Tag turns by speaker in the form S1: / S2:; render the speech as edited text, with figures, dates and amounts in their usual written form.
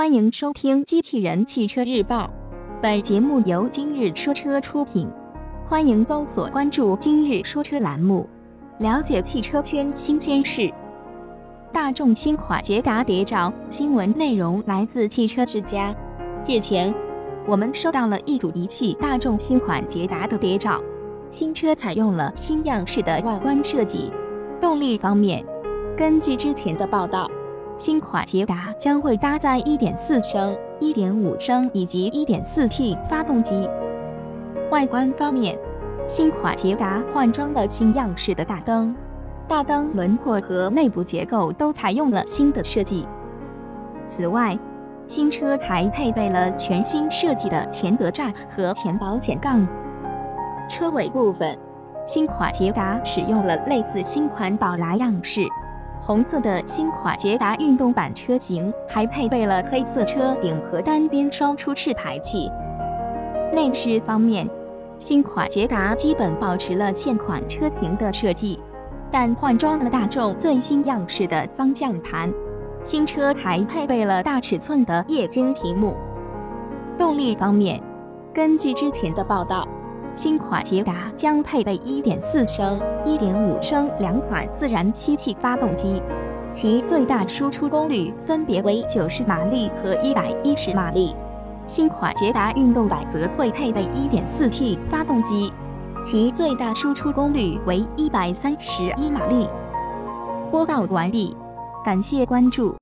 S1: 欢迎收听机器人汽车日报，本节目由今日说车出品。欢迎搜索关注今日说车栏目，了解汽车圈新鲜事。大众新款捷达谍照，新闻内容来自汽车之家。日前，我们收到了一组一汽大众新款捷达的谍照。新车采用了新样式的外观设计。动力方面，根据之前的报道，新款捷达将会搭载 1.4 升、1.5 升以及 1.4T 发动机。外观方面，新款捷达换装了新样式的大灯轮廓和内部结构都采用了新的设计。此外，新车还配备了全新设计的前格栅和前保险杠。车尾部分，新款捷达使用了类似新款宝来样式。红色的新款捷达运动版车型还配备了黑色车顶和单边双出式排气。内饰方面，新款捷达基本保持了现款车型的设计，但换装了大众最新样式的方向盘。新车还配备了大尺寸的液晶屏幕。动力方面，根据之前的报道，新款捷达将配备 1.4 升、1.5 升两款自然吸气发动机，其最大输出功率分别为90马力和110马力。新款捷达运动版则会配备 1.4T 发动机，其最大输出功率为131马力。播报完毕，感谢关注。